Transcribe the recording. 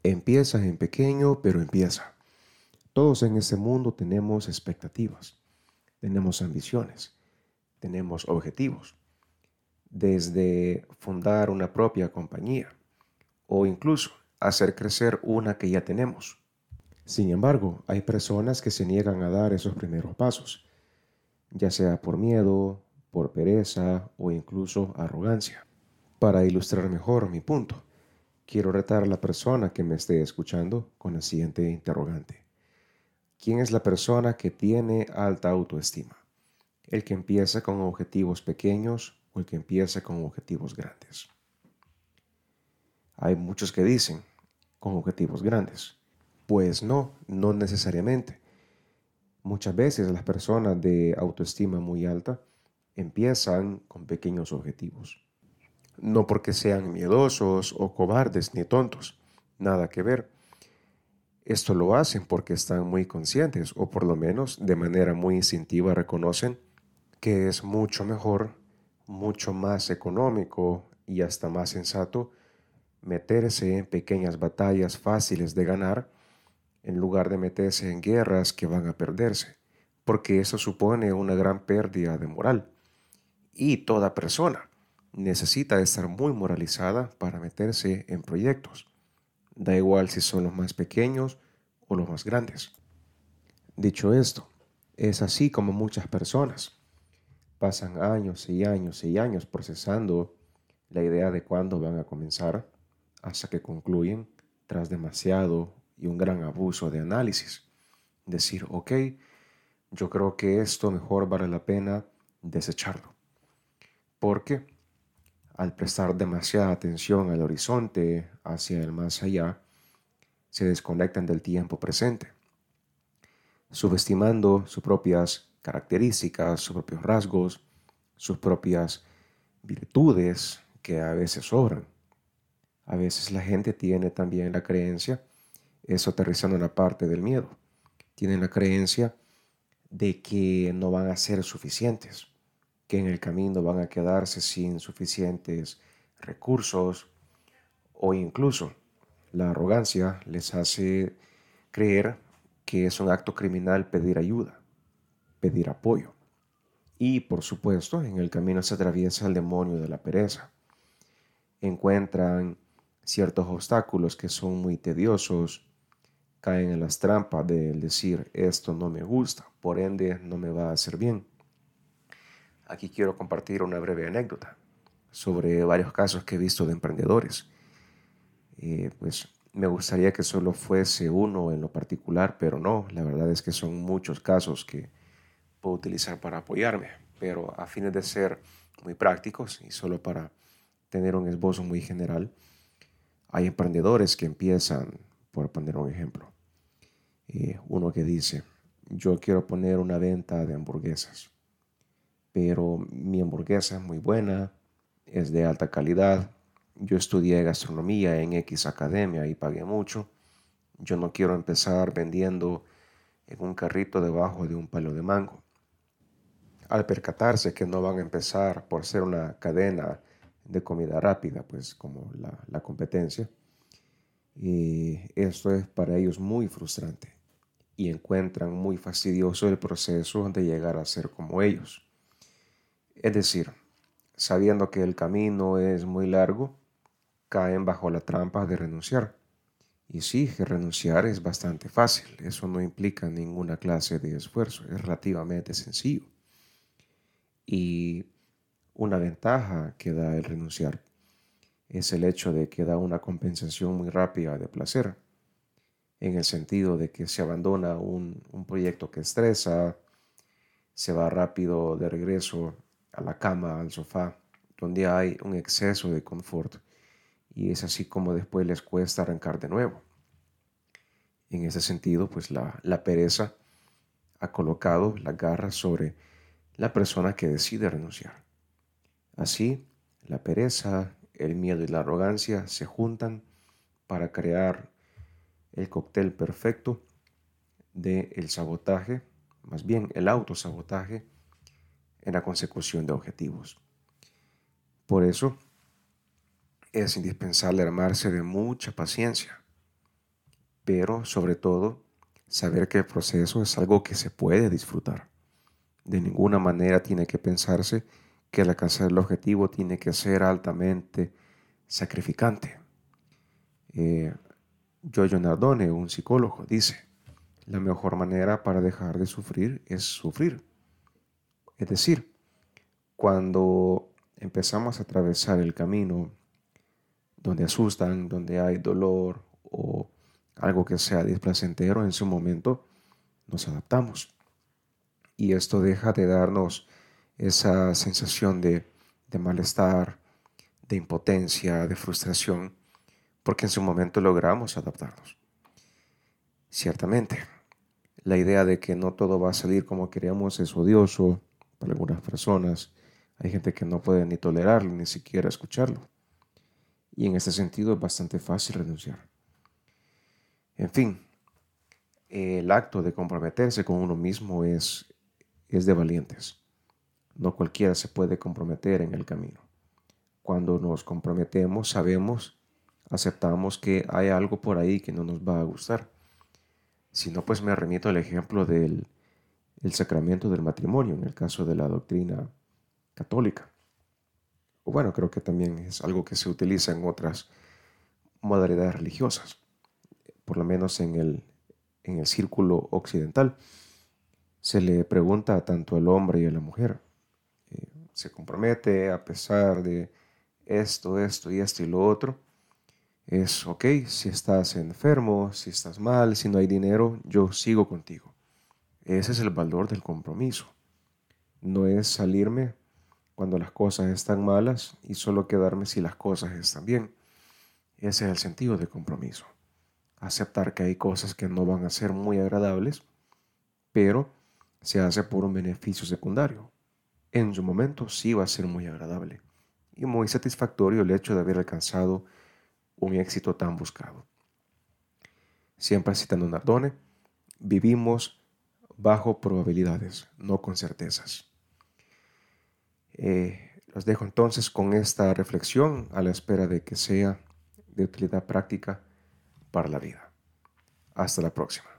Empieza en pequeño, pero empieza. Todos en este mundo tenemos expectativas, tenemos ambiciones, tenemos objetivos, desde fundar una propia compañía o incluso hacer crecer una que ya tenemos. Sin embargo, hay personas que se niegan a dar esos primeros pasos, ya sea por miedo, por pereza o incluso arrogancia. Para ilustrar mejor mi punto, quiero retar a la persona que me esté escuchando con la siguiente interrogante. ¿Quién es la persona que tiene alta autoestima? ¿El que empieza con objetivos pequeños o el que empieza con objetivos grandes? Hay muchos que dicen, con objetivos grandes. Pues no, no necesariamente. Muchas veces las personas de autoestima muy alta empiezan con pequeños objetivos. No porque sean miedosos o cobardes ni tontos, nada que ver. Esto lo hacen porque están muy conscientes o por lo menos de manera muy instintiva reconocen que es mucho mejor, mucho más económico y hasta más sensato meterse en pequeñas batallas fáciles de ganar en lugar de meterse en guerras que van a perderse, porque eso supone una gran pérdida de moral. Y toda persona necesita estar muy moralizada para meterse en proyectos. Da igual si son los más pequeños o los más grandes. Dicho esto, es así como muchas personas pasan años y años y años procesando la idea de cuándo van a comenzar hasta que concluyen tras demasiado y un gran abuso de análisis. Decir, ok, yo creo que esto mejor vale la pena desecharlo. Porque al prestar demasiada atención al horizonte hacia el más allá, se desconectan del tiempo presente, subestimando sus propias características, sus propios rasgos, sus propias virtudes que a veces sobran. A veces la gente tiene también la creencia, eso aterrizando en la parte del miedo, tienen la creencia de que no van a ser suficientes, que en el camino van a quedarse sin suficientes recursos o incluso la arrogancia les hace creer que es un acto criminal pedir ayuda, pedir apoyo. Y por supuesto, en el camino se atraviesa el demonio de la pereza. Encuentran ciertos obstáculos que son muy tediosos, caen en las trampas del decir esto no me gusta, por ende no me va a hacer bien. Aquí quiero compartir una breve anécdota sobre varios casos que he visto de emprendedores. Pues me gustaría que solo fuese uno en lo particular, pero no, la verdad es que son muchos casos que puedo utilizar para apoyarme, pero a fines de ser muy prácticos y solo para tener un esbozo muy general, hay emprendedores que empiezan, por poner un ejemplo, uno que dice, yo quiero poner una venta de hamburguesas, pero mi hamburguesa es muy buena, es de alta calidad, yo estudié gastronomía en X academia y pagué mucho, yo no quiero empezar vendiendo en un carrito debajo de un palo de mango. Al percatarse que no van a empezar por ser una cadena de comida rápida, pues como la competencia, esto es para ellos muy frustrante y encuentran muy fastidioso el proceso de llegar a ser como ellos. Es decir, sabiendo que el camino es muy largo, caen bajo la trampa de renunciar. Y sí, que renunciar es bastante fácil, eso no implica ninguna clase de esfuerzo, es relativamente sencillo. Y una ventaja que da el renunciar es el hecho de que da una compensación muy rápida de placer, en el sentido de que se abandona un proyecto que estresa, se va rápido de regreso a la cama, al sofá, donde hay un exceso de confort y es así como después les cuesta arrancar de nuevo. En ese sentido, pues la pereza ha colocado las garras sobre la persona que decide renunciar. Así, la pereza, el miedo y la arrogancia se juntan para crear el cóctel perfecto del sabotaje, más bien el autosabotaje en la consecución de objetivos. Por eso es indispensable armarse de mucha paciencia, pero sobre todo saber que el proceso es algo que se puede disfrutar. De ninguna manera tiene que pensarse que el alcanzar el objetivo tiene que ser altamente sacrificante. Giorgio Nardone, un psicólogo, dice, la mejor manera para dejar de sufrir es sufrir. Es decir, cuando empezamos a atravesar el camino donde asustan, donde hay dolor o algo que sea displacentero, en su momento nos adaptamos. Y esto deja de darnos esa sensación de malestar, de impotencia, de frustración, porque en su momento logramos adaptarnos. Ciertamente, la idea de que no todo va a salir como queríamos es odioso para algunas personas. Hay gente que no puede ni tolerarlo, ni siquiera escucharlo. Y en este sentido es bastante fácil renunciar. En fin, el acto de comprometerse con uno mismo es de valientes. No cualquiera se puede comprometer en el camino. Cuando nos comprometemos, sabemos, aceptamos que hay algo por ahí que no nos va a gustar. Si no, pues me remito al ejemplo del sacramento del matrimonio, en el caso de la doctrina católica. O bueno, creo que también es algo que se utiliza en otras modalidades religiosas, por lo menos en el círculo occidental. Se le pregunta tanto al hombre y a la mujer. Se compromete a pesar de esto y lo otro. Es ok, si estás enfermo, si estás mal, si no hay dinero, yo sigo contigo. Ese es el valor del compromiso. No es salirme cuando las cosas están malas y solo quedarme si las cosas están bien. Ese es el sentido de compromiso. Aceptar que hay cosas que no van a ser muy agradables, pero se hace por un beneficio secundario. En su momento sí va a ser muy agradable y muy satisfactorio el hecho de haber alcanzado un éxito tan buscado. Siempre citando Nardone, vivimos bajo probabilidades, no con certezas. Los dejo entonces con esta reflexión a la espera de que sea de utilidad práctica para la vida. Hasta la próxima.